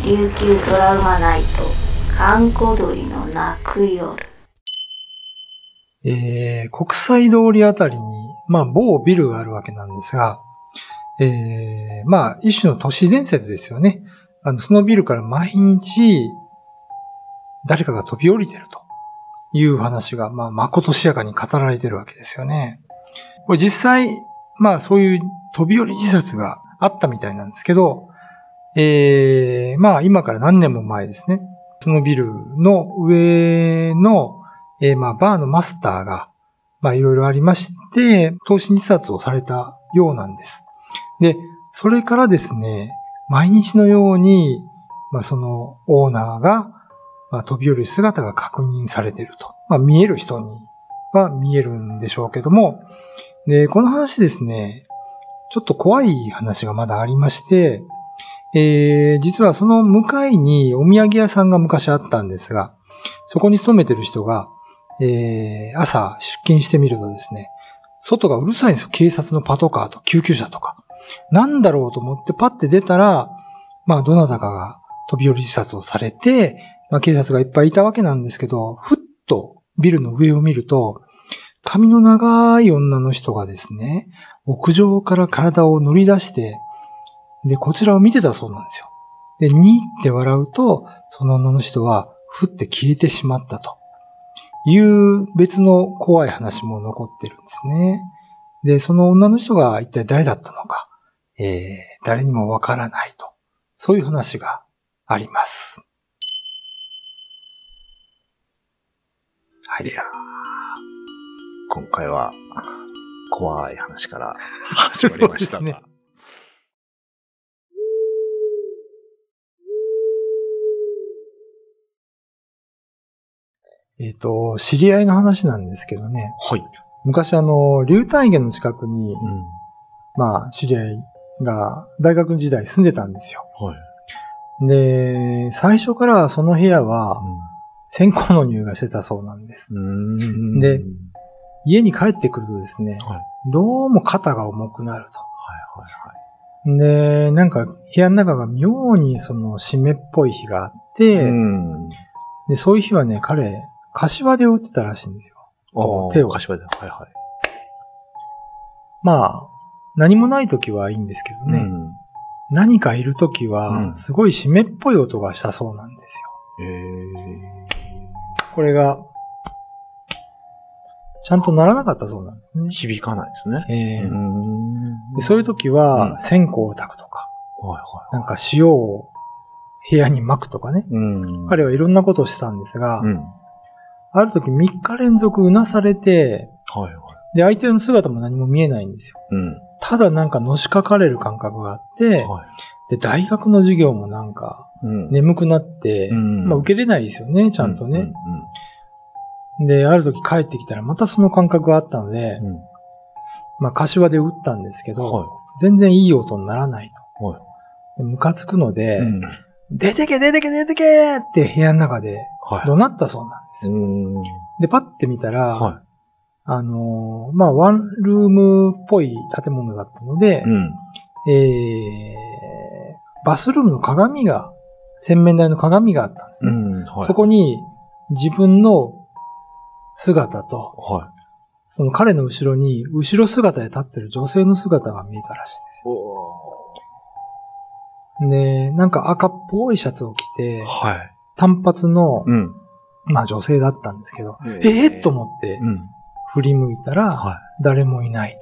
琉球ドラマナイト、閑古鳥の泣く夜。 国際通りあたりに、某ビルがあるわけなんですが、一種の都市伝説ですよね。そのビルから毎日、誰かが飛び降りてるという話が、まことしやかに語られてるわけですよね。これ実際、そういう飛び降り自殺があったみたいなんですけど、今から何年も前ですね。そのビルの上の、バーのマスターが、いろいろありまして、投資自殺をされたようなんです。で、それからですね、毎日のように、そのオーナーが、飛び降りる姿が確認されていると。見える人には見えるんでしょうけども、で、この話ですね、ちょっと怖い話がまだありまして、実はその向かいにお土産屋さんが昔あったんですが、そこに勤めてる人が、朝出勤してみるとですね、外がうるさいんですよ。警察のパトカーと救急車とか。なんだろうと思ってパッて出たら、どなたかが飛び降り自殺をされて、警察がいっぱいいたわけなんですけど、ふっとビルの上を見ると、髪の長い女の人がですね、屋上から体を乗り出して、で、こちらを見てたそうなんですよ。で、にって笑うと、その女の人は、ふって消えてしまったという別の怖い話も残ってるんですね。で、その女の人が一体誰だったのか、誰にもわからないと。そういう話があります。はい。 今回は、怖い話から始まりましたが。 知り合いの話なんですけどね。 はい。 昔竜単池の近くに、知り合いが大学時代住んでたんですよ。 はい。 で、最初からその部屋は、線香の匂いがしてたそうなんです。で、家に帰ってくるとですね、どうも肩が重くなると。で、なんか部屋の中が妙にその湿っぽい日があって、で、そういう日はね、彼、柏で打ってたらしいんですよ。手を。 柏で。はいはい。 何もない時はいいんですけどね。何かいる時は、すごい湿っぽい音がしたそうなんですよ。これが、ちゃんと鳴らなかったそうなんですね。 響かないですね。 でそういう時は、線香を焚くとか、なんか塩を部屋に撒くとかね。彼はいろんなことをしてたんですが、ある時3日連続うなされて、で、相手の姿も何も見えないんですよ。ただなんかのしかかれる感覚があって、で、大学の授業もなんか、眠くなって、受けれないですよね、ちゃんとね。で、ある時帰ってきたらまたその感覚があったので、柏で打ったんですけど、全然いい音にならないと。ムカつくので、出てけ出てけ出てけって部屋の中で怒鳴ったそうなんですよ。で、パッて見たら、ワンルームっぽい建物だったので、バスルームの鏡が、洗面台の鏡があったんですね。そこに自分の姿と、その彼の後ろに、後ろ姿で立ってる女性の姿が見えたらしいんですよ。で、なんか赤っぽいシャツを着て、単発の、女性だったんですけど、と思って、振り向いたら、誰もいない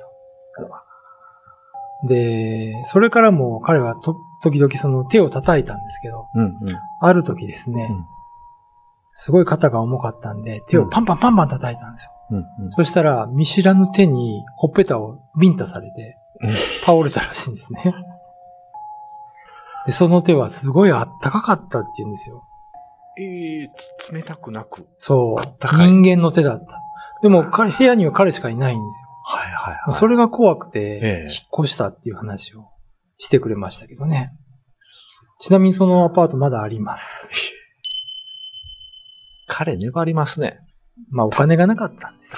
と。で、それからも彼は時々その手を叩いたんですけど、ある時ですね、すごい肩が重かったんで、手をパンパンパンパン叩いたんですよ。そしたら、見知らぬ手にほっぺたをビンタされて、倒れたらしいんですね。で、その手はすごいあったかかったって言うんですよ。 冷たくなく。 そう。人間の手だった。でも、部屋には彼しかいないんですよ。それが怖くて、引っ越したっていう話をしてくれましたけどね。ちなみにそのアパートまだあります。 彼粘りますね。 お金がなかったんです。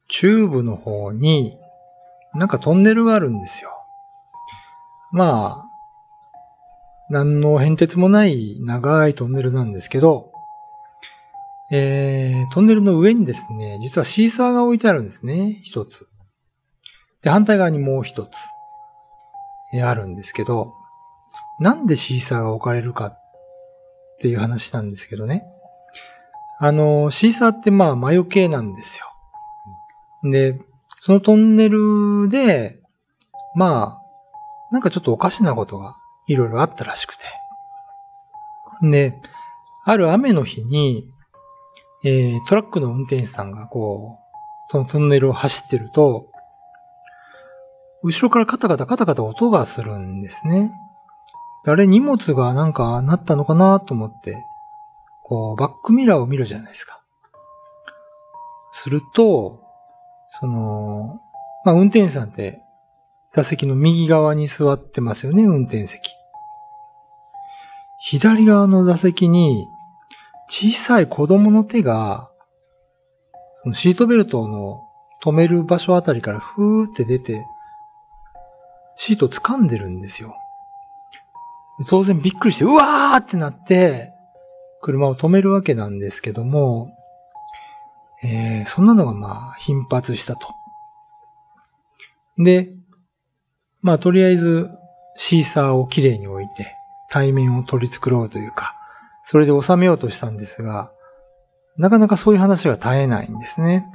中部の方に、なんかトンネルがあるんですよ。まあ、何の変哲もない長いトンネルなんですけど、トンネルの上にですね、実はシーサーが置いてあるんですね、一つ。で、反対側にもう一つ、あるんですけど、なんでシーサーが置かれるかっていう話なんですけどね。シーサーってまあ魔除けなんですよ。で、そのトンネルで、まあ、なんかちょっとおかしなことがいろいろあったらしくて。で、ある雨の日に、トラックの運転手さんがこう、そのトンネルを走ってると、後ろからカタカタカタカタ音がするんですね。あれ荷物がなんかなったのかなと思って、こう、バックミラーを見るじゃないですか。すると、まあ、運転手さんって座席の右側に座ってますよね、運転席。左側の座席に小さい子供の手が、シートベルトの止める場所あたりからふーって出て、シートを掴んでるんですよ。当然びっくりして、うわーってなって、車を止めるわけなんですけども、そんなのがまあ頻発したと。で、まあとりあえずシーサーをきれいに置いて対面を取り繕うというか、それで収めようとしたんですが、なかなかそういう話が絶えないんですね。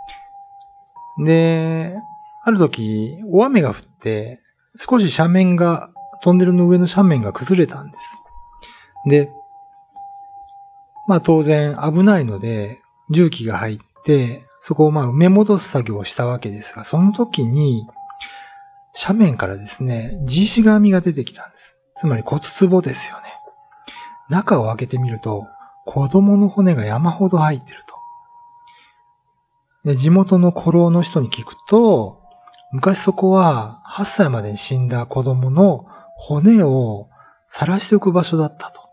で、ある時大雨が降って少し斜面が、トンネルの上の斜面が崩れたんです。で、まあ当然危ないので重機が入ってそこをまあ埋め戻す作業をしたわけですが、その時に斜面からですね、地石紙が出てきたんです。つまり骨壺ですよね。中を開けてみると子供の骨が山ほど入ってると。で、地元の古老の人に聞くと、昔そこは8歳までに死んだ子供の骨を晒しておく場所だったと。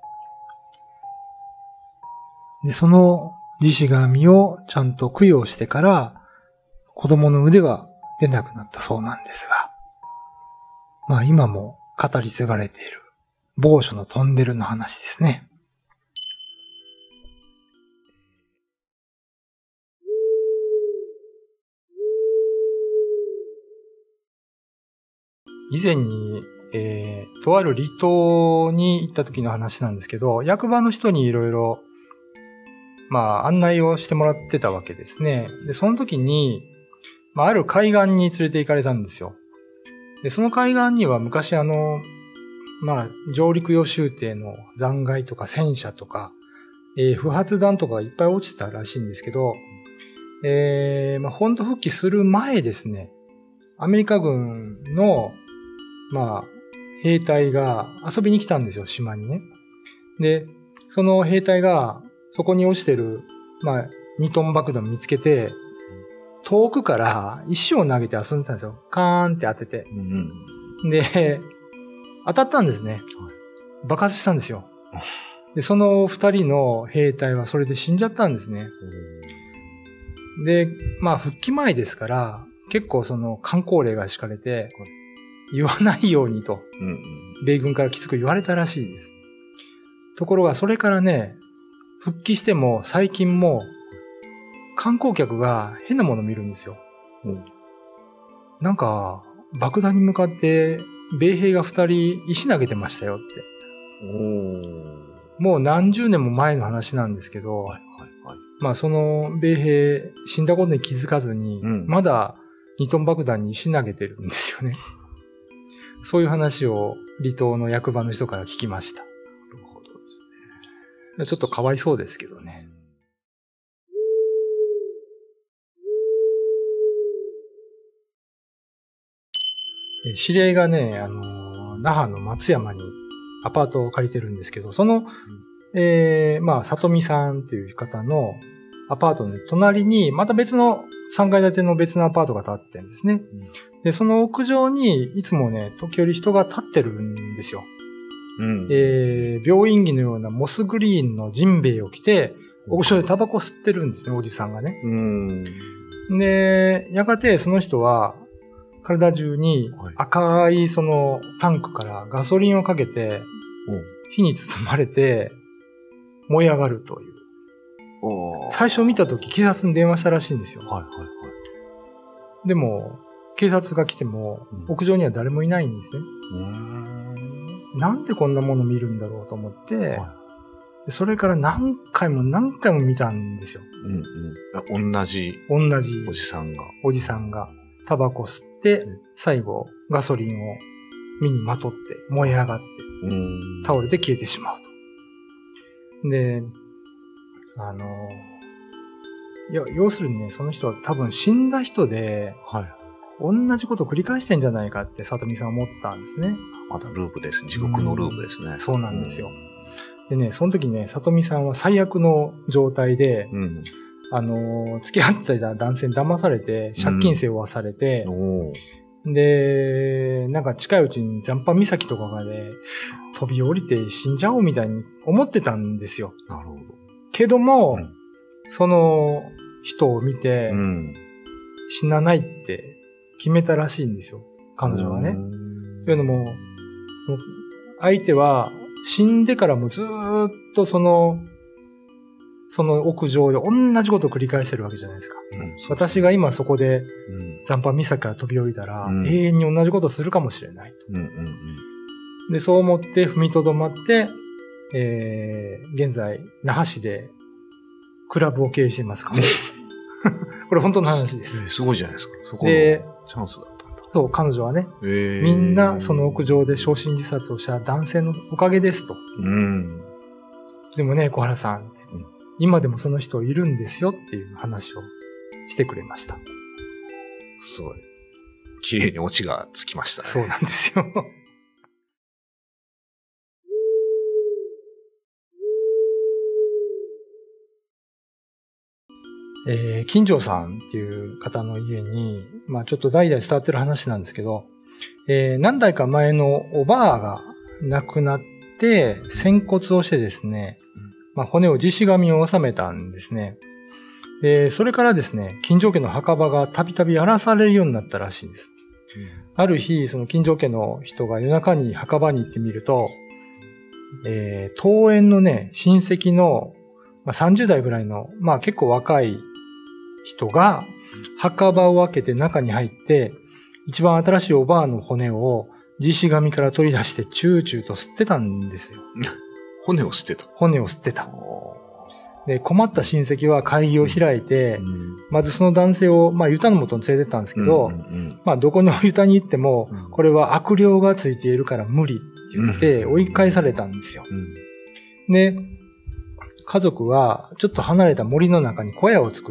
で、その地石紙をちゃんと供養してから子供の腕が出なくなったそうなんですが、まあ今も語り継がれている某所のトンネルの話ですね。以前に、とある離島に行った時の話なんですけど、役場の人にいろいろまあ案内をしてもらってたわけですね。で、その時に、まあある海岸に連れて行かれたんですよ。で、その海岸には昔まあ上陸用舟艇の残骸とか戦車とか、不発弾とかがいっぱい落ちてたらしいんですけど、まあ本土復帰する前ですね、アメリカ軍のまあ兵隊が遊びに来たんですよ、島にね。で、その兵隊がそこに落ちてる、まあ、2トン爆弾見つけて、遠くから石を投げて遊んでたんですよ。カーンって当てて。で、当たったんですね。爆発したんですよ。で、その2人の兵隊はそれで死んじゃったんですね。で、まあ、復帰前ですから、結構その箝口令が敷かれて、言わないようにと、米軍からきつく言われたらしいです。ところが、それからね、復帰しても最近も観光客が変なもの見るんですよ。なんか爆弾に向かって米兵が2人石投げてましたよって。もう何十年も前の話なんですけど、まあその米兵死んだことに気づかずに、まだ2トン爆弾に石投げてるんですよね。そういう話を離島の役場の人から聞きました。ちょっとかわいそうですけどね。知り合いがね、那覇の松山にアパートを借りてるんですけど、その、まあ、里見さんっていう方のアパートの隣に、また別の3階建ての別のアパートが建ってるんですね。で、その屋上にいつもね、時折人が立ってるんですよ。病院着のようなモスグリーンのジンベエを着て、屋上でタバコ吸ってるんですね、おじさんがね。 で、やがてその人は、体中に赤いそのタンクからガソリンをかけて、火に包まれて燃え上がるという。最初見たとき警察に電話したらしいんですよ。 はいはいはい。 でも、警察が来ても、屋上には誰もいないんですね。なんでこんなもの見るんだろうと思って、それから何回も何回も見たんですよ。 同じおじさんが。 タバコ吸って、最後、ガソリンを身にまとって燃え上がって、倒れて消えてしまうと。で、要するにね、その人は多分死んだ人で、同じことを繰り返してんじゃないかって里見さん思ったんですね。 またループです。地獄のループですね。 そうなんですよ。でね、その時ね、里見さんは最悪の状態で、付き合ってた男性に騙されて、借金背負わされて、で、なんか近いうちに残波岬とかで飛び降りて死んじゃおうみたいに思ってたんですよ。 なるほど。 けども、その人を見て、死なないって決めたらしいんですよ。彼女はね。というのも、その相手は死んでからもずーっとその屋上で同じことを繰り返してるわけじゃないですか。私が今そこで残波岬から飛び降りたら、永遠に同じことをするかもしれないと。で、そう思って踏みとどまって、現在、那覇市でクラブを経営していますから。これ本当の話です。 すごいじゃないですか。そこでチャンスだったんだ。 そう、彼女はね、みんなその屋上で焼身自殺をした男性のおかげですと。でもね、小原さん、今でもその人いるんですよっていう話をしてくれました。 すごい。綺麗にオチがつきましたね。 そうなんですよ。金城さんっていう方の家に、まあちょっと代々伝わってる話なんですけど、何代か前のおばあが亡くなって仙骨をしてですね、まあ骨を地し紙を収めたんですね。それからですね、金城家の墓場がたびたび荒らされるようになったらしいんです。ある日、その金城家の人が夜中に墓場に行ってみると、遠縁のね、親戚の、まあ、30代ぐらいの、まあ結構若い人が墓場を開けて中に入って、一番新しいおばあの骨を地し紙から取り出してチューチューと吸ってたんですよ。 骨を吸ってた。 骨を吸ってた。で、困った親戚は会議を開いて、まずその男性を、まあ、ユタの元に連れてったんですけど、まあ、どこのユタに行っても、これは悪霊がついているから無理って言って追い返されたんですよ。で、家族はちょっと離れた森の中に小屋を作って、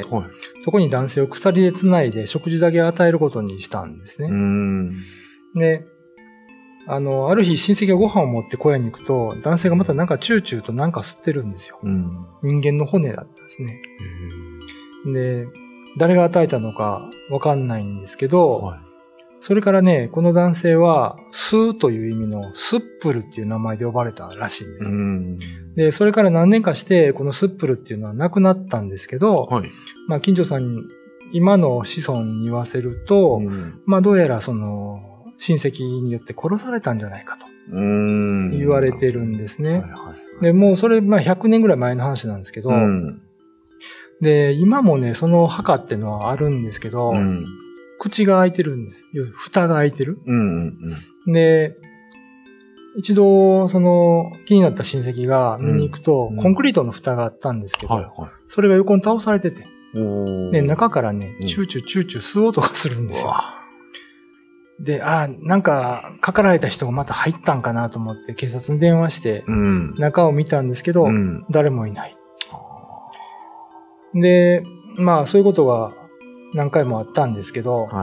そこに男性を鎖で繋いで食事だけ与えることにしたんですね。で、ある日親戚がご飯を持って小屋に行くと、男性がまたなんかチューチューとなんか吸ってるんですよ。人間の骨だったんですね。で、誰が与えたのかわかんないんですけど、それからね、この男性は、スーという意味のスップルっていう名前で呼ばれたらしいんです。で、それから何年かして、このスップルっていうのはなくなったんですけど、まあ、近所さんに、今の子孫に言わせると、まあ、どうやらその、親戚によって殺されたんじゃないかと言われてるんですね。で、もうそれ、まあ100年ぐらい前の話なんですけど、で、今もね、その墓ってのはあるんですけど、口が開いてるんです。蓋が開いてる。で、一度、その、気になった親戚が見に行くと、コンクリートの蓋があったんですけど、それが横に倒されてて、で、中からね、チューチューチューチュー吸う音がするんですよ。で、なんか、かかられた人がまた入ったんかなと思って警察に電話して、中を見たんですけど、誰もいない。で、まあ、そういうことが何回もあったんですけど、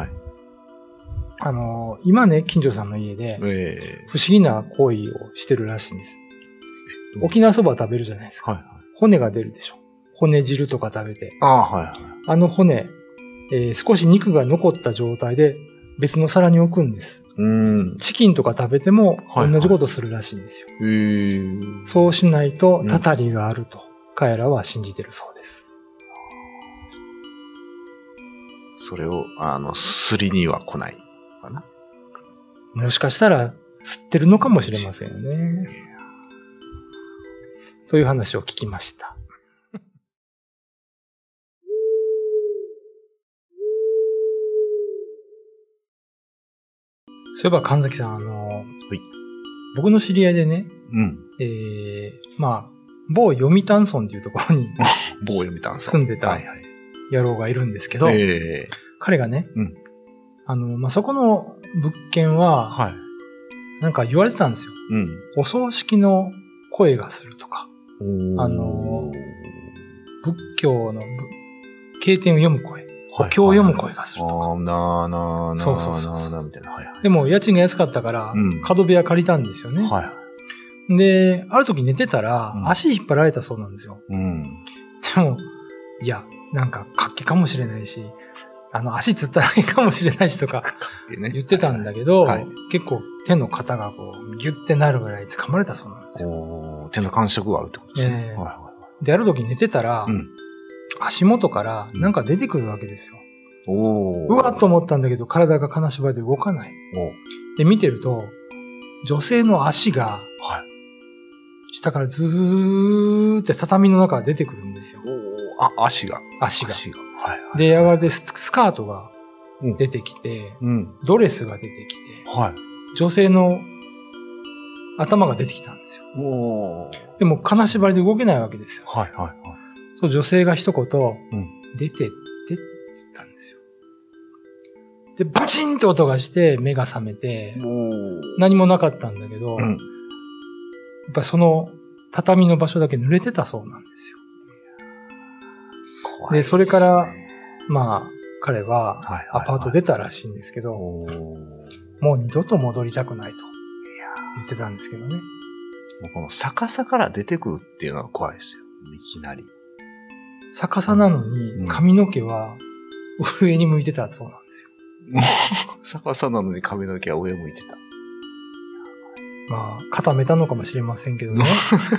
今ね、近所さんの家で、不思議な行為をしてるらしいんです。沖縄そば食べるじゃないですか。骨が出るでしょ。骨汁とか食べて。骨、少し肉が残った状態で、別の皿に置くんです。チキンとか食べても同じことするらしいんですよ。そうしないとたたりがあると彼らは信じてるそうです。 それを、すりには来ないのかな。 もしかしたら吸ってるのかもしれませんよね。という話を聞きました。そういえば神崎さん、僕の知り合いでね、某読谷村っていうところに某読谷村住んでた野郎がいるんですけど、彼がね、そこの物件は、なんか言われてたんですよ。お葬式の声がするとか、仏教の経典を読む声、お経を読む声がするとか。そうみたいな。でも家賃が安かったから、角部屋借りたんですよね。で、ある時寝てたら、足引っ張られたそうなんですよ。でも、いや、なんか活気かもしれないし、足つっただけかもしれないしとか言ってたんだけど、結構手の肩がこうギュッてなるぐらい掴まれたそうなんですよ。 手の感触があるってことですね。 で、ある時寝てたら、足元からなんか出てくるわけですよ。うわっと思ったんだけど、体が金縛りで動かない。で、見てると、女性の足が、下からずーって畳の中から出てくるんですよ。 足が。 で、やがてスカートが出てきて、ドレスが出てきて、女性の頭が出てきたんですよ。でも金縛りで動けないわけですよ。そう、女性が一言、出てってって言ったんですよ。で、バチンって音がして目が覚めて、何もなかったんだけど、やっぱりその畳の場所だけ濡れてたそうなんですよ。で、それから、彼はアパート出たらしいんですけど、もう二度と戻りたくないと言ってたんですけどね。 もうこの逆さから出てくるっていうのが怖いですよ。いきなり。 逆さなのに髪の毛は上に向いてたそうなんですよ。 逆さなのに髪の毛は上向いてた。 固めたのかもしれませんけどね。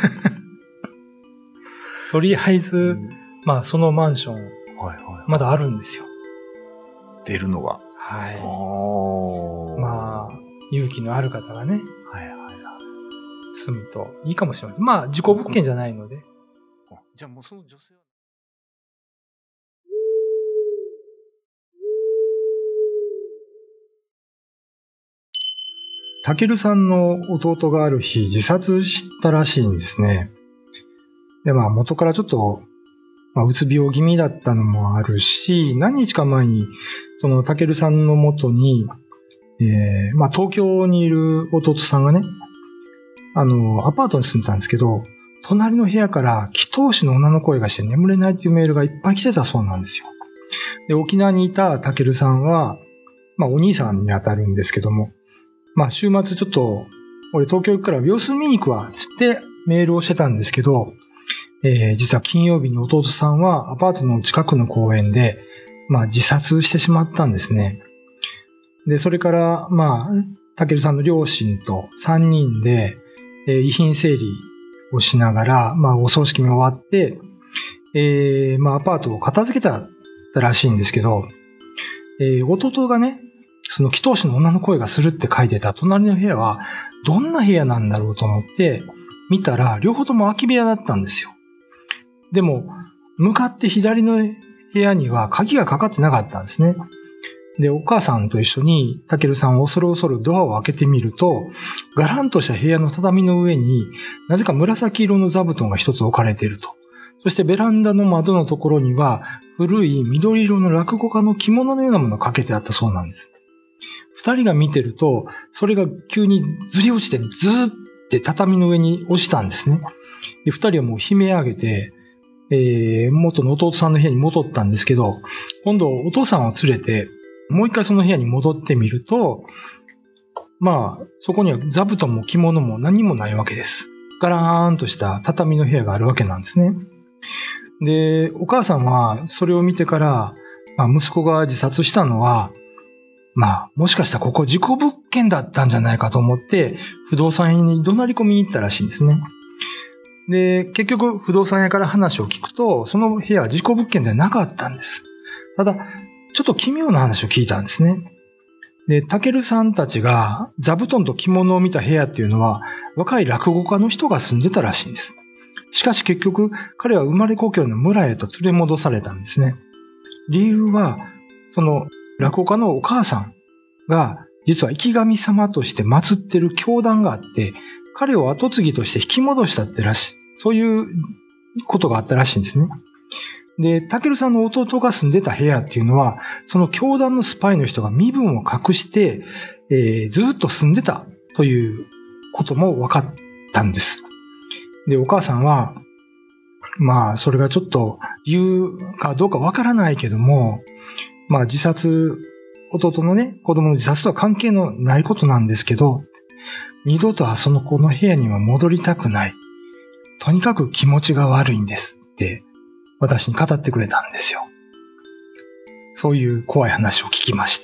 とりあえず、そのマンション、まだあるんですよ。 出るのが。 勇気のある方がね、住むといいかもしれません。事故物件じゃないので。 じゃあもうその女性はたけるさんの弟がある日自殺したらしいんですね。で、元からちょっと、うつ病気味だったのもあるし、何日か前に、そのたけるさんの元に、東京にいる弟さんがね、アパートに住んでたんですけど、隣の部屋から祈祷師の女の声がして眠れないっていうメールがいっぱい来てたそうなんですよ。で、沖縄にいたたけるさんは、お兄さんに当たるんですけども、週末ちょっと、俺東京行くから様子見に行くわ、つってメールをしてたんですけど、実は金曜日に弟さんはアパートの近くの公園で、自殺してしまったんですね。で、それから、たけるさんの両親と3人で、遺品整理をしながら、お葬式も終わって、アパートを片付けたらしいんですけど、弟がね、その祈祷師の女の声がするって書いてた隣の部屋は、どんな部屋なんだろうと思って、見たら、両方とも空き部屋だったんですよ。でも、向かって左の部屋には鍵がかかってなかったんですね。で、お母さんと一緒に、たけるさんを恐る恐るドアを開けてみると、ガランとした部屋の畳の上になぜか紫色の座布団が一つ置かれていると。そしてベランダの窓のところには、古い緑色の落語家の着物のようなものがかけてあったそうなんです。二人が見てると、それが急にずり落ちて、ズーって畳の上に落ちたんですね。で、二人はもう悲鳴上げて、元の弟さんの部屋に戻ったんですけど、今度お父さんを連れて、もう一回その部屋に戻ってみると、そこには座布団も着物も何もないわけです。ガラーンとした畳の部屋があるわけなんですね。で、お母さんはそれを見てから、息子が自殺したのは、もしかしたらここ事故物件だったんじゃないかと思って、不動産屋に怒鳴り込みに行ったらしいんですね。で、結局不動産屋から話を聞くと、その部屋は事故物件ではなかったんです。ただ、 ちょっと奇妙な話を聞いたんですね。で、タケルさんたちが座布団と着物を見た部屋っていうのは若い落語家の人が住んでたらしいんです。しかし結局彼は生まれ故郷の村へと連れ戻されたんですね。理由は、その落語家のお母さんが実は生き神様として祀ってる教団があって、彼を後継ぎとして引き戻したってらしい。そういうことがあったらしいんですね。で、タケルさんの弟が住んでた部屋っていうのは、その教団のスパイの人が身分を隠して、ずっと住んでたということも分かったんです。で、お母さんは、まあ、それがちょっと理由かどうか分からないけども、まあ、弟のね、子供の自殺とは関係のないことなんですけど、二度とその子の部屋には戻りたくない。とにかく気持ちが悪いんですって、私に語ってくれたんですよ。そういう怖い話を聞きました。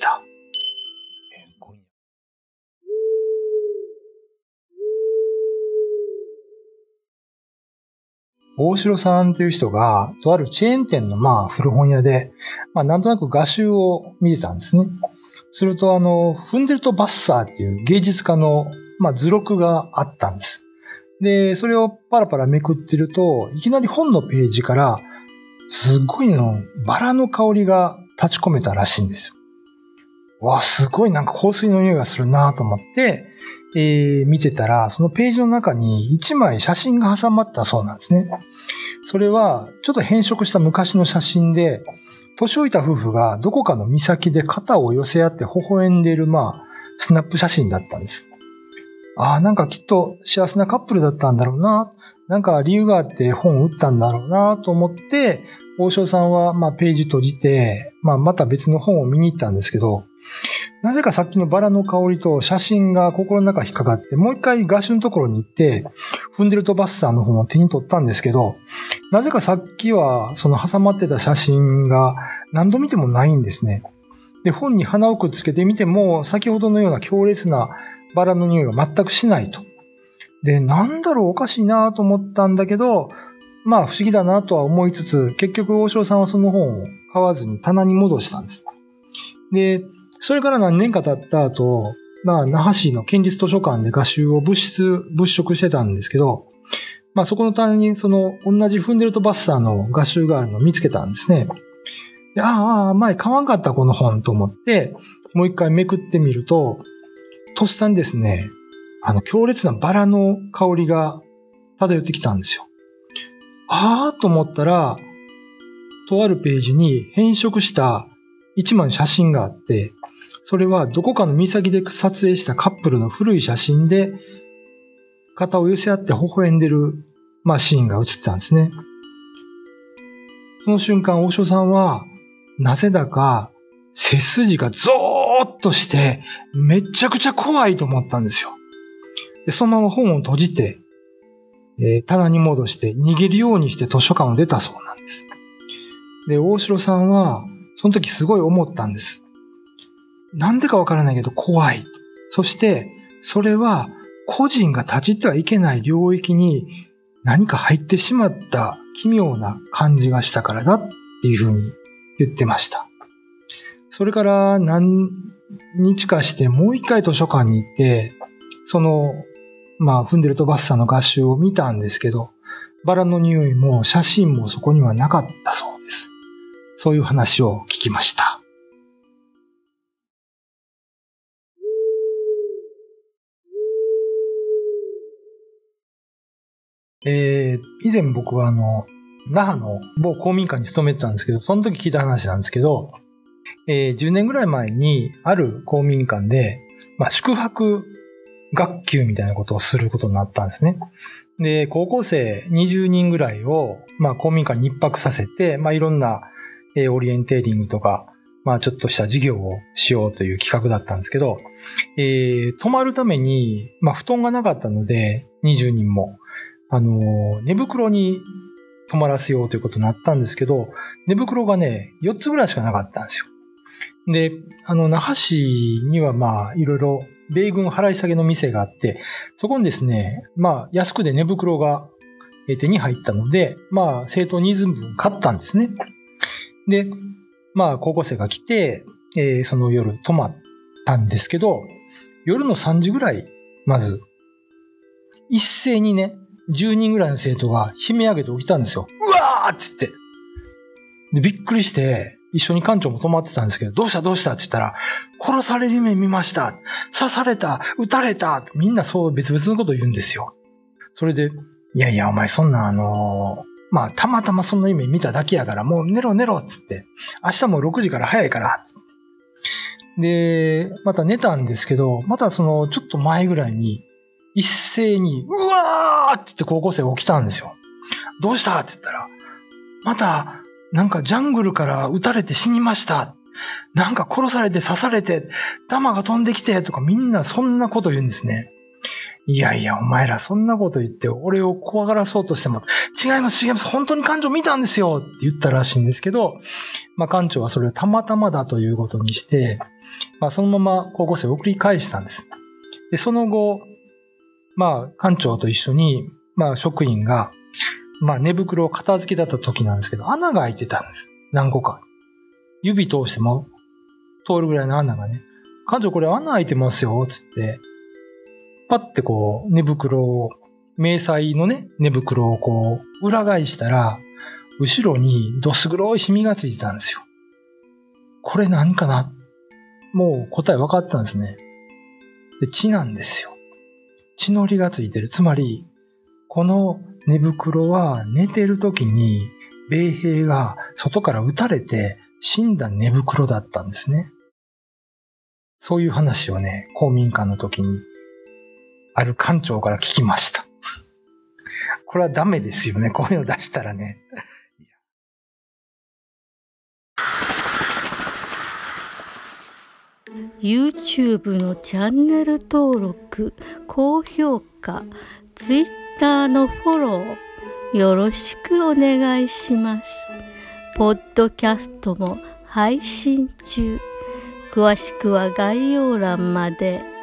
大城さんという人が、とあるチェーン店の古本屋で、なんとなく画集を見てたんですね。するとフンデルト・バッサーっていう芸術家の、図録があったんです。で、それをパラパラめくってると、いきなり本のページから、すごいバラの香りが立ち込めたらしいんですよ。わあ、すごいなんか香水の匂いがするなと思って、見てたら、そのページの中に一枚写真が挟まったそうなんですね。それは、ちょっと変色した昔の写真で、年老いた夫婦がどこかの岬で肩を寄せ合って微笑んでいる、スナップ写真だったんです。ああ、なんかきっと幸せなカップルだったんだろうな。なんか理由があって本を売ったんだろうなと思って、大城さんはページ閉じて、また別の本を見に行ったんですけど、なぜかさっきのバラの香りと写真が心の中引っかかって、もう一回画集のところに行って、フンデルト・バッサーの本を手に取ったんですけど、なぜかさっきはその挟まってた写真が何度見てもないんですね。で、本に鼻をくっつけてみても、先ほどのような強烈なバラの匂いが全くしないと。で、なんだろうおかしいなと思ったんだけど、不思議だなとは思いつつ、結局大城さんはその本を買わずに棚に戻したんです。で、それから何年か経った後、那覇市の県立図書館で画集を物色してたんですけど、そこの棚にその同じフンデルト・バッサーの画集があるのを見つけたんですね。で、前買わんかったこの本と思って、もう一回めくってみると、とっさにですね、強烈なバラの香りが漂ってきたんですよ。と思ったら、とあるページに変色した一枚の写真があって、それはどこかの岬で撮影したカップルの古い写真で、肩を寄せ合って微笑んでる、シーンが写ってたんですね。その瞬間、大城さんは、なぜだか、背筋がゾーッとして、めちゃくちゃ怖いと思ったんですよ。で、そのまま本を閉じて、棚に戻して逃げるようにして図書館を出たそうなんです。で、大城さんは、その時すごい思ったんです。なんでかわからないけど怖い。そして、それは個人が立ち入ってはいけない領域に何か入ってしまった奇妙な感じがしたからだっていうふうに言ってました。それから何日かしてもう一回図書館に行って、その、フンデルト・バッサーの画集を見たんですけど、バラの匂いも写真もそこにはなかったそうです。そういう話を聞きました。以前僕は那覇の某公民館に勤めてたんですけど、その時聞いた話なんですけど、10年ぐらい前にある公民館で、宿泊学級みたいなことをすることになったんですね。で、高校生20人ぐらいを、公民館に一泊させて、いろんな、オリエンテーリングとか、ちょっとした授業をしようという企画だったんですけど、泊まるために、布団がなかったので、20人も、寝袋に泊まらせようということになったんですけど、寝袋がね、4つぐらいしかなかったんですよ。で、那覇市にはいろいろ米軍払い下げの店があって、そこにですね、安くで寝袋が手に入ったので、正当ニーズ分買ったんですね。で、 まあ高校生が来て、その夜泊まったんですけど、夜の3時ぐらい、まず、一斉にね、10人ぐらいの生徒が悲鳴上げて起きたんですよ。うわーっつって。で、びっくりして、一緒に館長も泊まってたんですけど、どうしたって言ったら、殺される夢見ました。刺された。撃たれた。みんなそう別々のことを言うんですよ。それで、いやいや、お前そんなまあ、たまたまそんな夢見ただけやから、もう寝ろっつって。明日も6時から早いから、つって。で、また寝たんですけど、またちょっと前ぐらいに、一斉に、うわーって言って高校生が起きたんですよ。どうしたって言ったら、また、なんかジャングルから撃たれて死にました。なんか殺されて刺されて、弾が飛んできてとかみんなそんなこと言うんですね。いやいや、お前らそんなこと言って俺を怖がらそうとしても、違います。本当に館長見たんですよって言ったらしいんですけど、まあ館長はそれをたまたまだということにして、まあそのまま高校生を送り返したんです。で、その後、まあ館長と一緒に、まあ職員が、まあ寝袋を片付けだった時なんですけど、穴が開いてたんです。何個か。指通しても通るぐらいの穴がね。館長これ穴開いてますよ、つって。パッてこう寝袋を、迷彩のね、寝袋をこう裏返したら、後ろにどす黒いシミがついてたんですよ。これ何かな？もう答え分かったんですね。で、血なんですよ。血のりがついてる。つまり、この寝袋は寝てる時に米兵が外から撃たれて死んだ寝袋だったんですね。そういう話をね、公民館の時にある館長から聞きました。これはダメですよね。こういうの出したらね。 YouTube のチャンネル登録、高評価、Twitter のフォローよろしくお願いします。ポッドキャストも配信中。詳しくは概要欄まで。